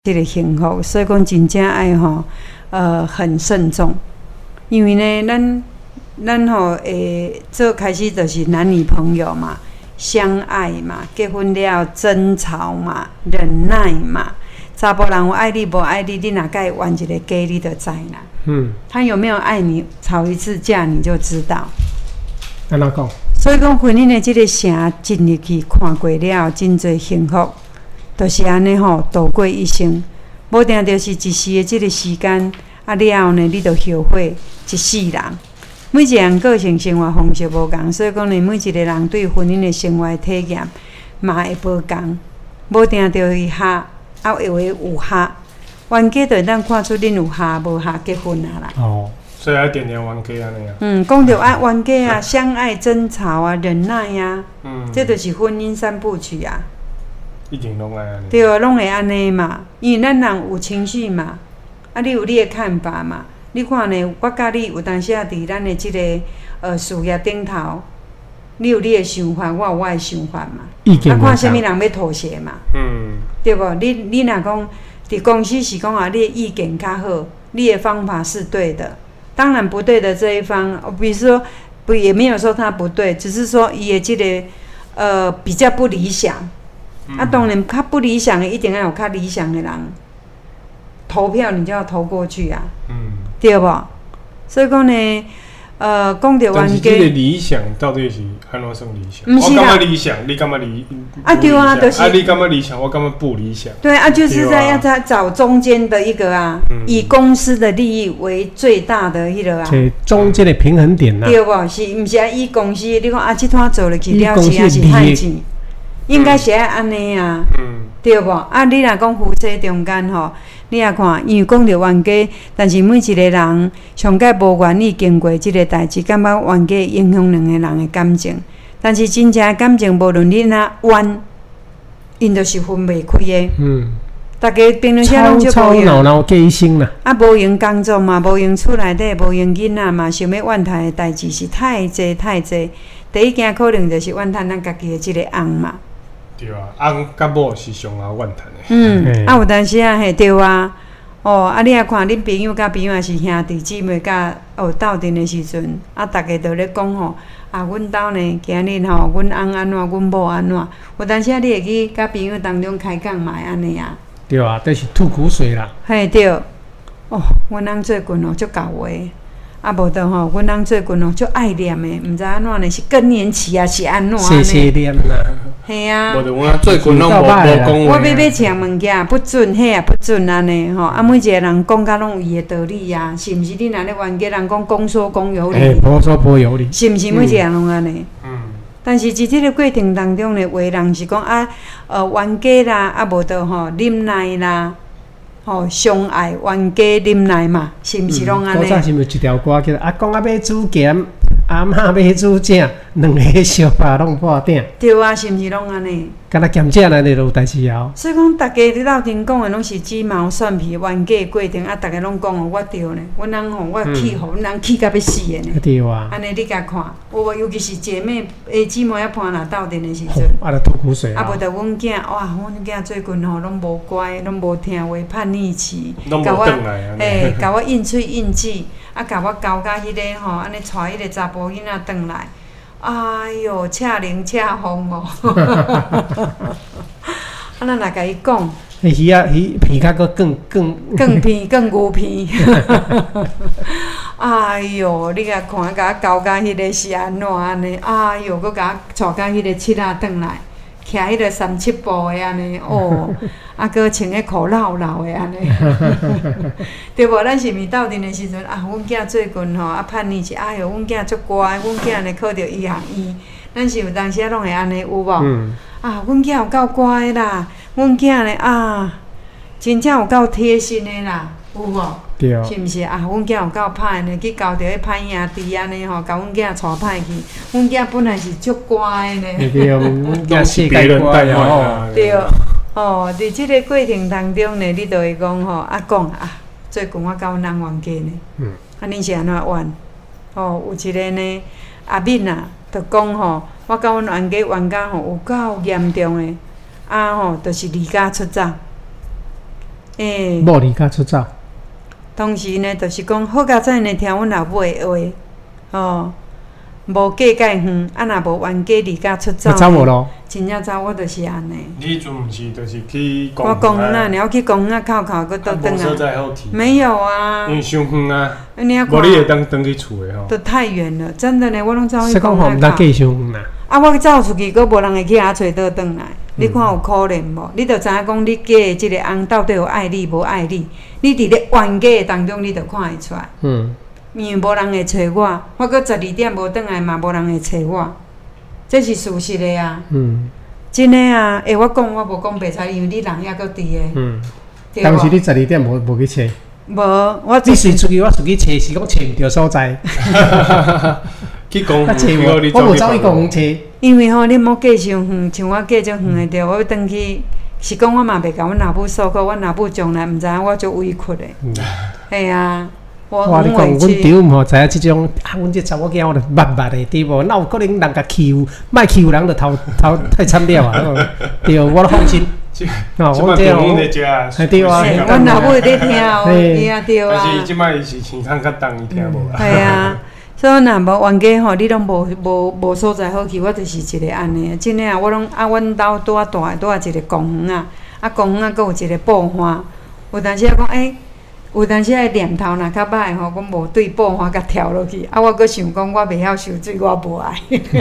这个幸福，所以讲真正爱很慎重，因为呢，咱做开始就是男女朋友嘛，相爱嘛，结婚了争吵嘛，忍耐嘛。查甫人有爱你无爱你，你若甲伊玩一个家，你就知啦。他有没有爱你，吵一次架你就知道。 安怎讲？ 所以讲婚姻的这个城进入去看过了，真侪幸福。就是安尼度过一生，无定就是一时的这个时间，了后呢，你就后悔一世人。每一个人个性生活方式无同，所以讲呢，每一个人对婚姻的生活的体验嘛会无同。无定就是合，会有合。冤家就会当看出恁有合无合结婚啊啦。 哦，所以要点点冤家安尼啊。 讲到冤家啊，相爱、争吵啊，忍耐啊，这就是婚姻三部曲啊。 一定拢爱安尼。 对，拢会安尼嘛，因为咱人有情绪嘛，你有你的看法嘛。你看呢，我甲你有当时啊，伫咱的即个事业顶头，你有你的想法，我有我的想法嘛。看啥物人要妥协嘛。对无？你若讲伫公司是讲你的意见较好，你的方法是对的。当然不对的这一方，比如说也没有说他不对，只是说伊的即个比较不理想。当然，较不理想的一定要有较理想的人投票，你就要投过去啊，对无？所以讲呢，讲到冤家， 但是这个理想到底是安怎算理想？我感觉理想，你感觉理对啊，就是你感觉理想，我感觉不理想。 对啊，就是要找中间的一个啊，以公司的利益为最大的迄个啊， 中间的平衡点呐， 对无？是毋是以公司？你讲这摊做落去了钱还是害钱？应该是爱安尼啊，对无？你若讲夫妻中间你也看，因为讲到冤家，但是每一个人上界无愿意经过即个代志，感觉冤家影响两个人的感情。但是真正的感情，无论你哪冤，因就是分袂开的。大家平常时拢就无用， 吵闹计心啦。 无用工作嘛，无用厝内底，无用囡仔嘛，想要怨叹的代志是太济太济。第一件可能就是怨叹咱家己的即个翁嘛。 对啊，翁甲某是上好怨叹的。 有当时啊，对啊。你也看恁朋友甲朋友也是兄弟姊妹甲斗阵的时阵，大家都咧讲阮兜呢今日阮翁安怎，阮某安怎。有当时你会去甲朋友当中开讲嘛，安尼啊。 对啊，这是吐苦水啦。 嘿，对。阮翁最近足搞话。无得阮翁最近足爱念的，毋知安怎呢？是更年期啊，是安怎呢？ 细念啦。 嘿啊。 无得我最近拢无讲话。 我要请物件不准，迄也不准安尼每一个人讲甲拢有伊的道理啊，是毋是？你若咧冤家人讲公说公有理， 婆说婆有理， 是毋是？每一个人拢安尼。但是伫即个过程当中呢，有的人是讲冤家啦，无得忍耐啦。相爱冤家忍耐嘛，是毋是拢安尼？ 古早是毋是一条歌叫公仔要煮咸，阿嬷要煮正，两个相拍拢破顶。 对啊，是毋是拢安尼？ 敢若咸正内底就有代志啊。 所以讲，大家咧斗阵讲的拢是鸡毛蒜皮冤家的过程大家拢讲我对呢，阮翁我气互阮翁气甲要死的呢。 对啊。 安尼你甲看，尤其是姐妹姊妹伴若斗阵的时阵， 就吐苦水啊。 无得阮囝，阮囝最近拢无乖，拢无听话，叛逆期， 甲我应喙应嘴，甲我交甲迄个安尼带迄个查甫囡仔转来。哎哟，恰灵恰风咱若甲伊讲， 鱼皮较更偏更牛皮。哎哟，你甲看，甲我交甲迄个是安怎安尼？哎哟，佮甲我带甲迄个七仔转来，徛迄个三七步的安尼佮穿迄裤老老的安尼，对无？咱是毋是斗阵的时阵阮囝最近叛逆期，哎哟，阮囝足乖，阮囝呢考着医学院，咱是有当时拢会安尼有无？阮囝有够乖啦，阮囝呢真正有够贴心的啦，有无？ 对。 是毋是阮囝有够歹呢？去交着迄歹兄弟安尼甲阮囝带歹去，阮囝本来是足乖的呢。 对，阮囝世界乖对。伫即个过程当中呢，你就会讲讲最近我甲阮翁冤家呢，恁是安怎冤？有一个呢阿敏就讲我甲阮冤家冤家有够严重的，就是离家出走。 无离家出走。 当时呢，就是讲好佳哉呢，听阮老母的话，哦，无嫁介远，啊，若无冤家离家出走， 走无咯？ 真正走，我就是安尼。 你迄阵毋是就是去我公园啊，然后去公园靠，搁倒转所啊。 在好去。 没有啊。 因为伤远啊。 你啊看。 无你会当去厝的吼。 都太远了，真的呢，我拢走去说讲吼，毋当继续远啦。 啊，我走出去，搁无人会去遐找倒转来。你看有可怜无？你着知影讲，你嫁的即个翁到底有爱你无爱你？你伫咧冤家的当中，你着看会出来。因为无人会找我，我搁12点无转来嘛，无人会找我，这是事实的啊。真的啊，我讲我无讲白菜，因为你人还搁伫的。 当时你12点无去找。 无，我你是出去，我出去找，是讲找毋着所在。 去公园， 我无走去公园找。 因为吼，你莫嫁伤远，像我嫁足远的着，我要转去，是讲我嘛袂甲阮老母诉苦，阮老母将来毋知影我足委屈的。系啊， 我你讲，阮丈夫吼知影即种阮这查某囝我着捌的，对无？哪有可能人甲欺负，莫欺负人着头太惨了啊！对，我都放心。 我这样在遮， 对啊， 阮老母会咧听哦，伊啊对啊。 但是即摆伊是健康较重，伊听无啦。 系啊。所以若无冤家吼，你拢无所在好去，我就是一个安尼。真诶啊，我拢阮兜拄啊大，拄啊一个公园啊，公园佫有一个布花。有当时啊讲，有当时啊念头若较歹吼，讲无对布花甲跳落去，啊，我佫想讲我袂晓受水，我无爱。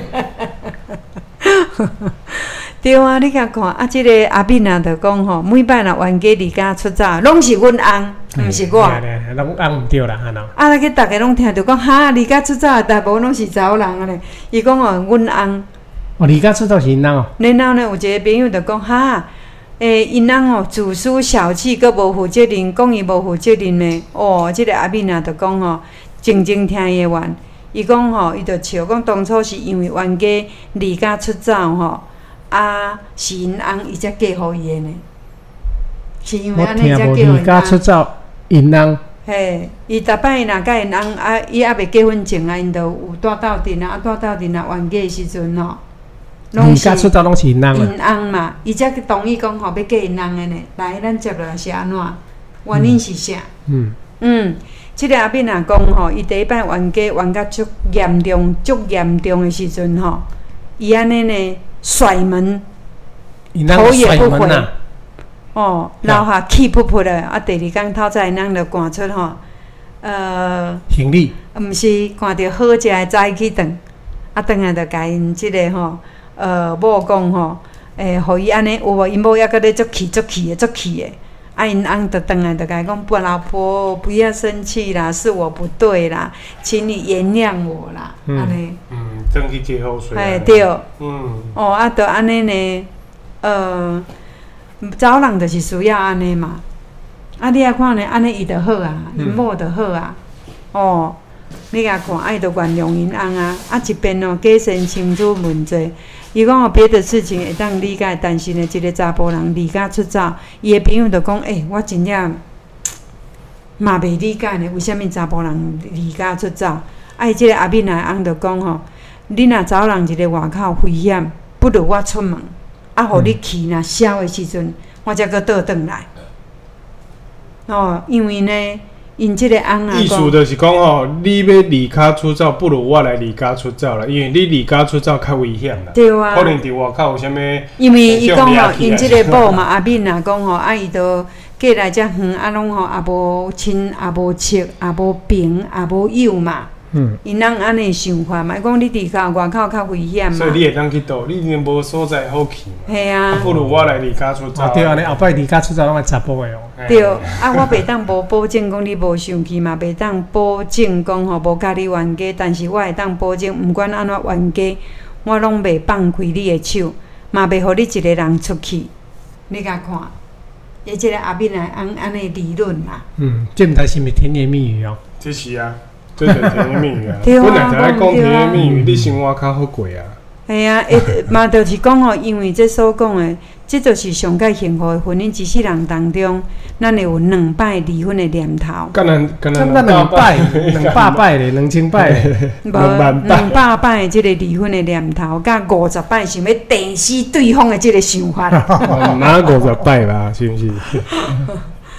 对啊，你甲看啊，即个阿敏啊，着讲吼，每摆若冤家离家出走，拢是阮翁，毋是我。 拢翁毋对啦，安怎？ 啊，那个逐个拢听着讲，哈，离家出走，大部分拢是查某人啊咧。伊讲哦，阮翁。 哦，离家出走是因翁哦。 然后呢，有一个朋友着讲，哈，因翁哦，自私小气，佫无负责任，讲伊无负责任的。哦，即个阿敏啊，着讲吼，静静听伊的话。伊讲吼，伊着笑讲，当初是因为冤家离家出走吼。啊，是因翁伊才嫁互伊的呢，是因为安尼才嫁互因翁。 离家出走，因翁。 嘿，伊逐摆若甲因翁啊，伊还袂结婚前啊，因着有住斗阵啊，住斗阵啊，冤家的时阵吼， 离家出走拢是因翁。 因翁嘛，伊才同意讲吼要嫁因翁的呢。来，咱接落来是安怎？原因是啥？即个阿敏啊讲吼，伊第一摆冤家冤甲足严重的时阵吼，伊安尼呢。甩门，头也不回。哦，留下气噗噗的。啊，第二天透早因翁就赶出吼， 行李。 毋是看到好食的早起顿，啊，顿来就甲因即个吼，某讲吼，互伊安尼有无？因某还搁咧足气的。啊，因翁就顿来就甲伊讲，老婆不要生气啦，是我不对啦，请你原谅我啦，安尼。 转去接好水。 对。哦，啊，着安尼呢，查某人就是需要安尼嘛。啊，你啊看呢，安尼伊着好啊，因某着好啊。哦，你甲看，啊，伊着原谅因翁啊。啊，一边哦，假善亲子问题。伊讲哦，别的事情会当理解，但是呢，一个查甫人离家出走，伊的朋友就讲，我真正嘛袂理解呢，为虾米查甫人离家出走？啊，伊即个阿敏的翁就讲吼，你若查某人一个外口危险，不如我出门，啊，互你气若消的时阵，我才搁倒转来。哦，因为呢。因即个翁啊， 意思就是讲吼，你要离家出走，不如我来离家出走啦，因为你离家出走较危险啦。 对啊。 可能伫外口有啥物？ 因为伊讲吼，因即个某嘛，阿敏啊讲吼，啊伊都嫁来遮远，啊拢吼也无亲，也无戚，也无朋，也无友嘛。因翁安尼想法嘛，伊讲你伫外口较危险嘛。 所以你会当去倒，你已经无所在好去嘛。 系啊。 不如我来离家出走。 对啊，你后摆离家出走拢爱查甫的哦。 对，啊，我袂当无保证讲你无生气嘛，袂当保证讲吼无甲你冤家，但是我会当保证，毋管安怎冤家，我拢袂放开你的手，嘛袂互你一个人出去。你甲看，伊即个阿敏来安尼理论嘛。 这毋知是毋甜言蜜语哦？ 这是啊。这就甜言蜜语啊！ 本来就爱讲甜言蜜语，你生活较好过啊。 系啊，嘛就是讲哦，因为这所讲的，这就是上界幸福的婚姻。一世人当中，咱会有2摆离婚的念头。 敢咱 200摆，200摆咧，2000摆咧， 无200摆的这个离婚的念头，甲50摆想要电死对方的这个想法。 哪50摆啦？是毋是？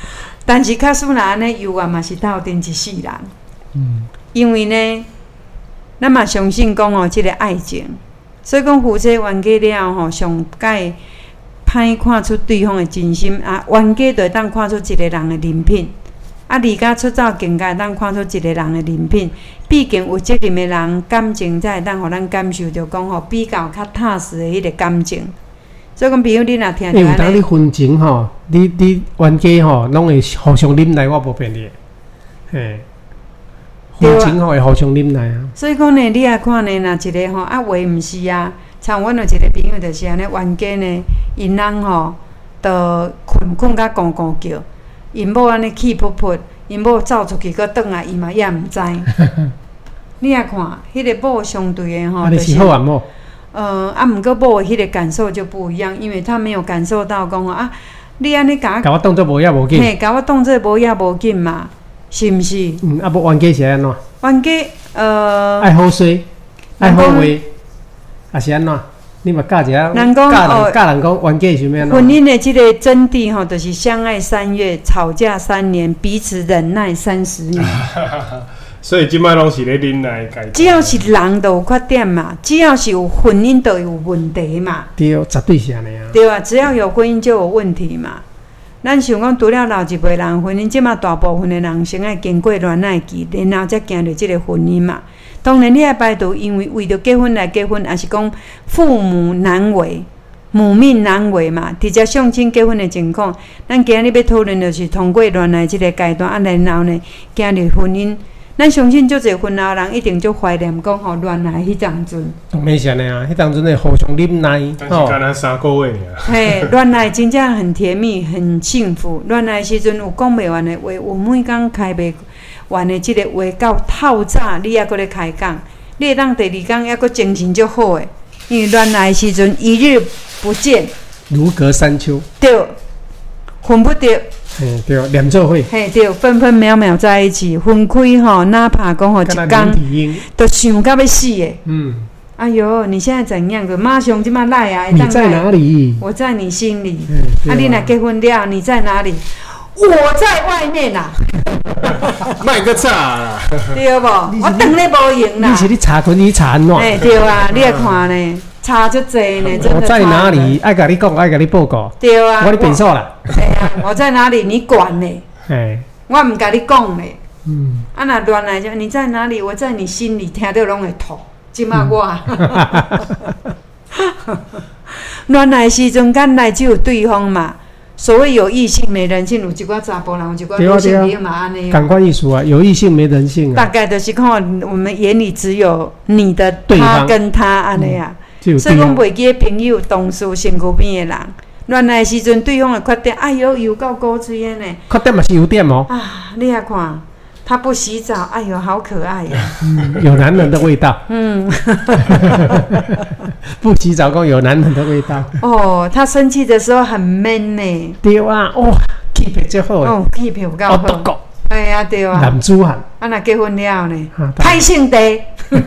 但是假使若安尼有啊，嘛是斗阵一世人。因为呢，咱嘛相信讲哦，即个爱情，所以讲夫妻冤家了吼，上解歹看出对方的真心啊。冤家就会当看出一个人的人品，啊，离家出走更加会当看出一个人的人品。毕竟有责任的人，感情才会当互咱感受着讲吼，比较较踏实的迄个感情。所以讲，比如你若听着有当你婚前吼，你冤家吼，拢会互相忍耐，我无骗你，嘿。婚前吼会互相忍耐啊。 所以讲呢，你也看呢，若一个吼啊话毋是啊，像阮有一个朋友就是安尼，冤家呢，因翁吼，就困甲咕咕叫，因某安尼气噗噗，因某走出去，佮转来，伊嘛也毋知。你也看，迄个某相对的吼， 就是好啊某。 毋过某的迄个感受就不一样，因为他没有感受到讲啊，你安尼甲我当作无也无紧， 嘿，甲我当作无也无紧嘛。是毋是？ 啊，无冤家是安怎？ 冤家爱好说，爱好话，啊是安怎？你嘛教一下，教人讲冤家是咩安怎？ 婚姻的这个真谛吼，就是相爱3月，吵架3年，彼此忍耐30年。 所以即摆拢是咧忍耐改。 只要是人都有缺点嘛，只要是有婚姻都有问题嘛。 对，绝对是安尼啊。 对啊，只要有婚姻就有问题嘛。咱想讲，除了老一辈人婚姻，即马大部分的人先爱经过恋爱期，然后才行到即个婚姻嘛。当然，你爱排除因为着结婚来结婚，还是讲父母难为、母命难为嘛。直接相亲结婚的情况，咱今日要讨论就是通过恋爱即个阶段，啊，然后呢，行入婚姻。咱相信，足侪婚后人一定足怀念讲吼恋爱迄当阵。 当然是安尼啊，迄当阵会互相忍耐。 但是干那3个月尔。 嘿，恋爱真正很甜蜜，很幸福。恋爱时阵有讲袂完的话，有每工开袂完的即个话到透早，你还搁咧开讲，你会当第2工还搁精神足好诶。因为恋爱时阵一日不见， 如隔三秋。 对，分不着。 嘿，对，连做伙。 嘿，对，分分秒秒在一起，分开吼，哪怕讲吼一工，都想到要死诶。哎呦，你现在怎样？就马上即马来啊！ 你在哪里？ 我在你心里。啊，你若结婚了，你在哪里？我在外面啦。 卖个吵啦。 对无？我等你无用啦。 你是你查群去查安怎？ 哎，对啊，你来看呢。差足济呢，真的。 我在哪里？爱甲你讲，爱甲你报告。 对啊。 我咧变数啦。 对啊，我在哪里？你管呢？ 哎。 我唔甲你讲呢。啊，那乱来就你在哪里？我在你心里，听到拢会吐。即马我。乱来时阵，敢来只有对方嘛。所谓有异性没人性，有一寡查甫人，有一寡女性也嘛安尼。 感官艺术啊，有异性没人性啊。 大概就是看我们眼里只有你的他跟他安尼啊。所以讲袂记朋友、同事、身躯边的人，恋爱时阵对方的缺点，哎呦，有够古锥的呢。 缺点嘛是优点哦。 啊，你也看，他不洗澡，哎呦，好可爱呀。 有男人的味道。不洗澡讲有男人的味道。 哦，他生气的时候很 man 呢。 对啊，哦，气魄真好。 哦，气魄有够好。哎呀，对啊。 男子汉。 啊，若结婚了呢，歹性地。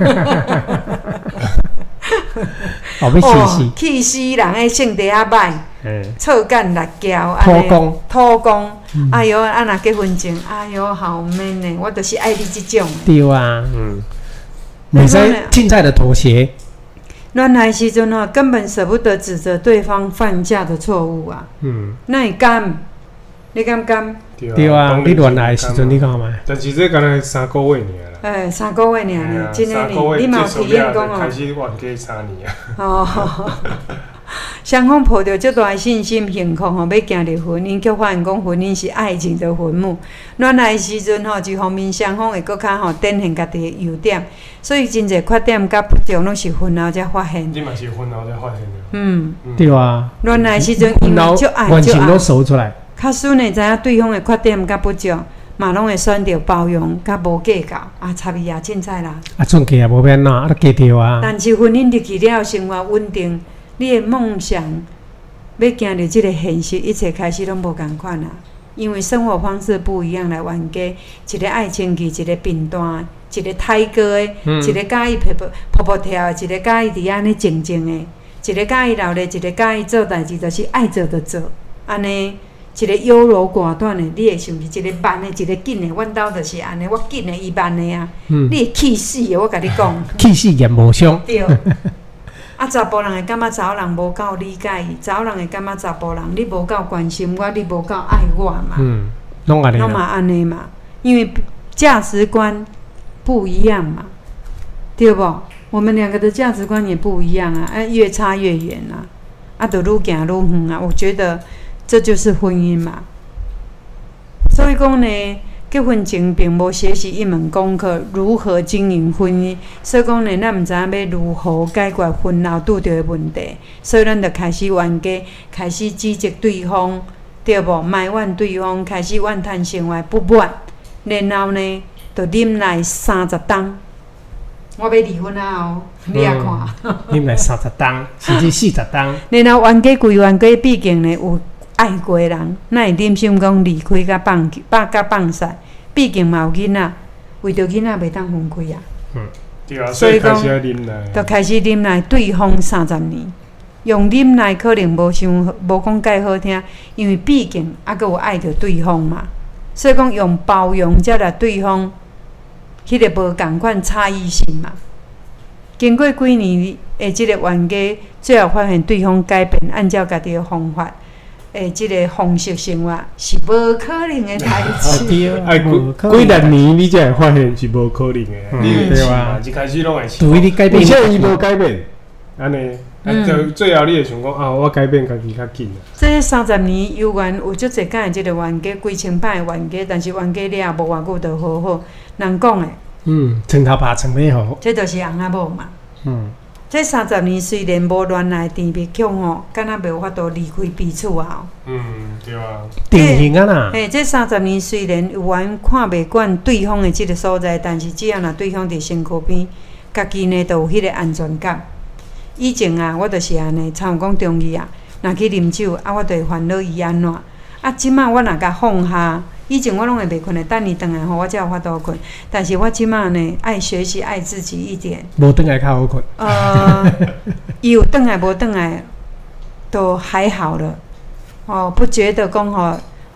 后要气死， 气死人诶，性地啊歹，臭干辣椒，土公，哎哟，啊若结婚前，哎哟，好 man 呢，我就是爱你这种。 对啊，袂使凊彩的妥协。 恋爱时阵吼，根本舍不得指责对方犯下的错误啊。那你敢？你敢？ 对啊，你恋爱时阵你敢嘛？ 但是这敢若3个月尔啦。 哎，3个月尔呢，真诶呢，你嘛有体验讲哦。 开始冤家3年啊。 哦，双方抱着足大的信心、幸福吼，要行入婚姻，却发现讲婚姻是爱情的坟墓。恋爱时阵吼，一方面双方会搁较吼展现家己的优点，所以真侪缺点甲不足拢是婚后才发现。 你嘛是婚后才发现的。 对啊。 恋爱时阵因为足爱， 完全都熟出来。 较顺的知影对方的缺点甲不足，嘛拢会选择包容甲无计较，啊，差异也凊彩啦。 啊，存计也无免哪，啊，加着啊。 但是婚姻入去了，生活稳定，你的梦想要行入即个现实，一切开始拢无共款啦。因为生活方式不一样来冤家，一个爱清气，一个平淡，一个胎哥的，一个介意噗跳的，一个介意伫安尼静静的，一个介意闹热，一个介意做代志，就是爱做就做，安尼。 一个优柔寡断的，你会想是一个慢的，一个紧的。阮兜就是安尼，我紧的，伊慢的啊。你会气死的，我甲你讲。 气死也无伤。 对。啊，查甫人会感觉查某人无够理解伊，查某人会感觉查甫人你无够关心我，你无够爱我嘛。 拢安尼。 拢嘛安尼嘛，因为价值观不一样嘛，对不？我们两个的价值观也不一样啊，越差越远啊，就愈行愈远啊。我觉得这就是婚姻嘛。所以讲呢，结婚前并无学习一门功课，如何经营婚姻。所以讲呢，咱毋知影要如何解决婚后拄着的问题，所以咱就开始冤家，开始指责对方，对无？埋怨对方，开始怨叹生活不满，然后呢，就忍耐30冬。我要离婚啊！你也看， 忍耐30冬，甚至40冬。 然后冤家归冤家，毕竟呢有爱过的人，哪会忍心讲离开甲放肆？毕竟嘛有囡仔，为着囡仔袂当分开啊。 对啊，所以开始要忍耐。 就开始忍耐对方30年，用忍耐可能无讲介好听，因为毕竟还阁有爱着对方嘛。所以讲用包容才来对方。迄个无共款差异性嘛，经过几年的即个冤家，最后发现对方改变，按照家己的方法，即个方式生活是无可能的代志。 几十年你才会发现是无可能的，你对吧？一开始拢会试，而且伊无改变，安尼。最后你会想讲我改变家己较紧啊。 这30年有缘有足侪间的即个冤家，几千摆的冤家，但是冤家了无偌久就和好。人讲的， 床头拍床尾和， 这就是翁仔某嘛。这30年虽然无恋爱甜蜜强吼，敢若无法度离开彼此啊。 对啊。 定型啊啦。 这30年虽然有缘看袂惯对方的即个所在，但是只要若对方伫身躯边，家己呢就有迄个安全感。以前啊，我就是安尼，参讲中医啊，若去啉酒啊，我就会烦恼伊安怎。即摆我若甲放下，以前我拢会袂困的，等伊转来吼，我才有法度困。但是我即摆呢，爱学习爱自己一点。 无转来较好困。 有转来无转来，都还好了。不觉得讲吼，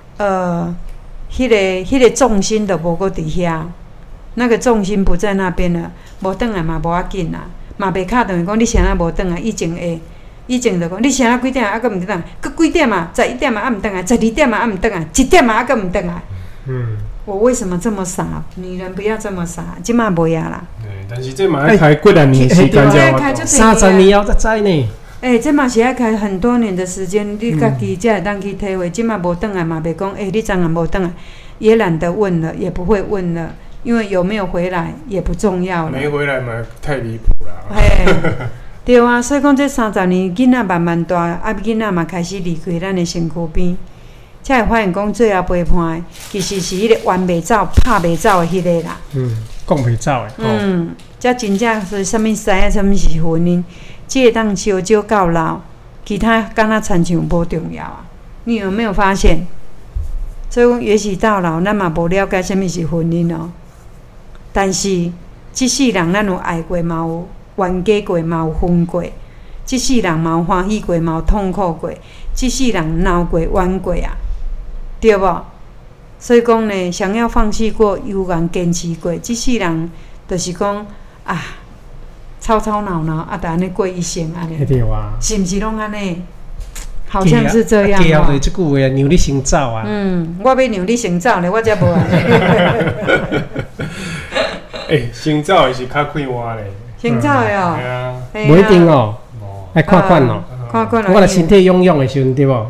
迄个重心都无搁伫遐，那个重心不在那边了，无转来嘛无要紧啦。嘛袂敲断讲你啥物无转来，以前就讲你啥几点啊，阁毋转来，阁几点嘛，11点嘛啊毋转来，12点嘛啊毋转来，1点嘛啊阁毋转来。我为什么这么傻？女人不要这么傻，即摆袂啊啦。 但是这嘛要开几年的时间才开 30年后才知呢。 这嘛是要开很多年的时间，你家己才会当去体会。即摆无转来嘛，袂讲你昨暗无转来，也懒得问了，也不会问了。因为有没有回来也不重要了。 没回来嘛，太离谱了。对啊，所以讲这30年，囡仔慢慢大，囡仔嘛开始离开咱的身躯边，才会发现讲最后陪伴的，其实是迄个弯袂走、拍袂走的迄个啦。 讲袂走的。 才真正是啥物知影，啥物是婚姻，只会当烧酒到老，其他敢若亲像无重要啊。你有没有发现？所以讲，也许到老，咱嘛无了解啥物是婚姻哦。但是，即世人咱有爱过，嘛有冤家过，嘛有分过；即世人嘛有欢喜过，嘛有痛苦过；即世人闹过、冤过啊，对无？所以讲呢，想要放弃过，有缘坚持过；即世人就是讲吵吵闹闹，就安尼过一生安尼。 对啊。 是毋是拢安尼？好像是这样。 加后即句话，让你先走啊。 我要让你先走咧，我才无安尼。 先走的是较快活咧。 先走的哦。 系啊。 无一定哦，爱看款哦。 看款。 我若身体臃肿的时阵，对无？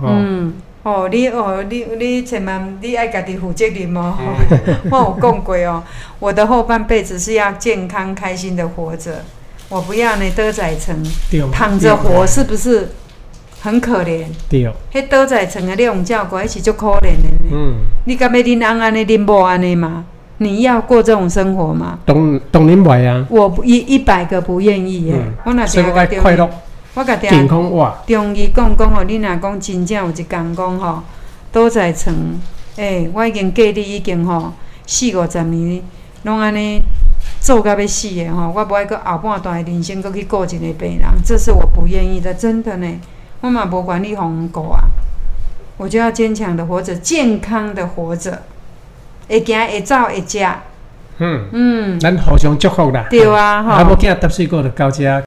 你千万你爱家己负责任哦。我有讲过哦，我的后半辈子是要健康开心的活着，我不要呢得仔成躺着活，是不是？很可怜， 对， 迄倒在床的你用照顾，迄是足可怜的呢。你敢要恁翁安尼，恁某安尼吗？你要过这种生活吗？ 当然袂啊。 我100个不愿意耶。我若所以我爱快乐， 我甲健康活。 中医讲吼，你若讲真正有一天讲吼，倒在床，我已经隔你已经吼40-50年，拢安尼做到要死的吼，我无爱搁后半段的人生搁去顾一个病人，这是我不愿意的，真的呢。我嘛无管你互顾啊， 我就要坚强的活着，健康的活着，会行会走会食。 咱互相祝福啦。 对啊， 啊，某囝10岁过就到遮。